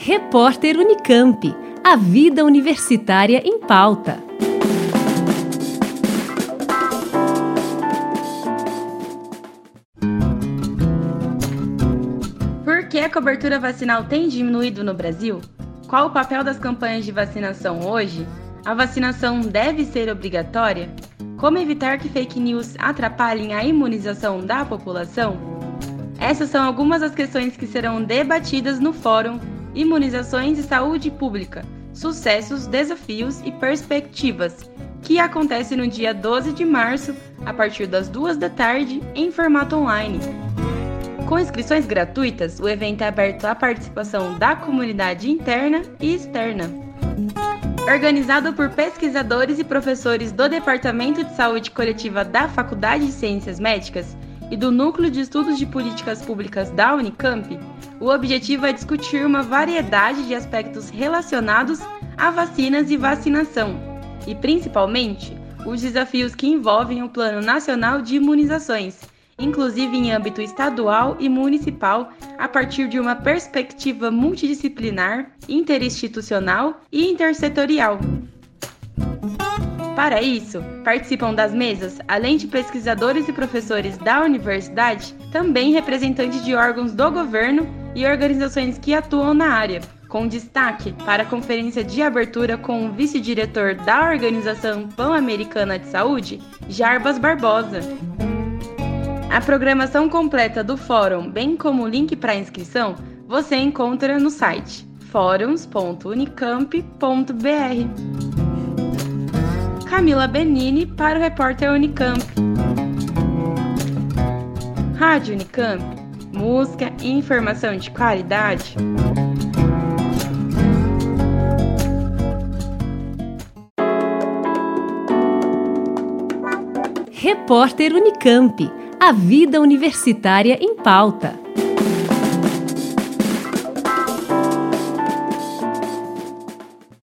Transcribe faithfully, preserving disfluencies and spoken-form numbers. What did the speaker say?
Repórter Unicamp. A vida universitária em pauta. Por que a cobertura vacinal tem diminuído no Brasil? Qual o papel das campanhas de vacinação hoje? A vacinação deve ser obrigatória? Como evitar que fake news atrapalhem a imunização da população? Essas são algumas das questões que serão debatidas no Fórum Imunizações e Saúde Pública, Sucessos, Desafios e Perspectivas, que acontece no dia doze de março, a partir das duas da tarde, em formato online. Com inscrições gratuitas, o evento é aberto à participação da comunidade interna e externa. Organizado por pesquisadores e professores do Departamento de Saúde Coletiva da Faculdade de Ciências Médicas e do Núcleo de Estudos de Políticas Públicas da Unicamp, o objetivo é discutir uma variedade de aspectos relacionados a vacinas e vacinação, e principalmente os desafios que envolvem o Plano Nacional de Imunizações, inclusive em âmbito estadual e municipal, a partir de uma perspectiva multidisciplinar, interinstitucional e intersetorial. Para isso, participam das mesas, além de pesquisadores e professores da universidade, também representantes de órgãos do governo e organizações que atuam na área, com destaque para a conferência de abertura com o vice-diretor da Organização Pan-Americana de Saúde, Jarbas Barbosa. A programação completa do fórum, bem como o link para inscrição, você encontra no site fóruns ponto unicamp ponto b r. Camila Benini para o Repórter Unicamp. Rádio Unicamp, música e informação de qualidade. Repórter Unicamp. A vida universitária em pauta.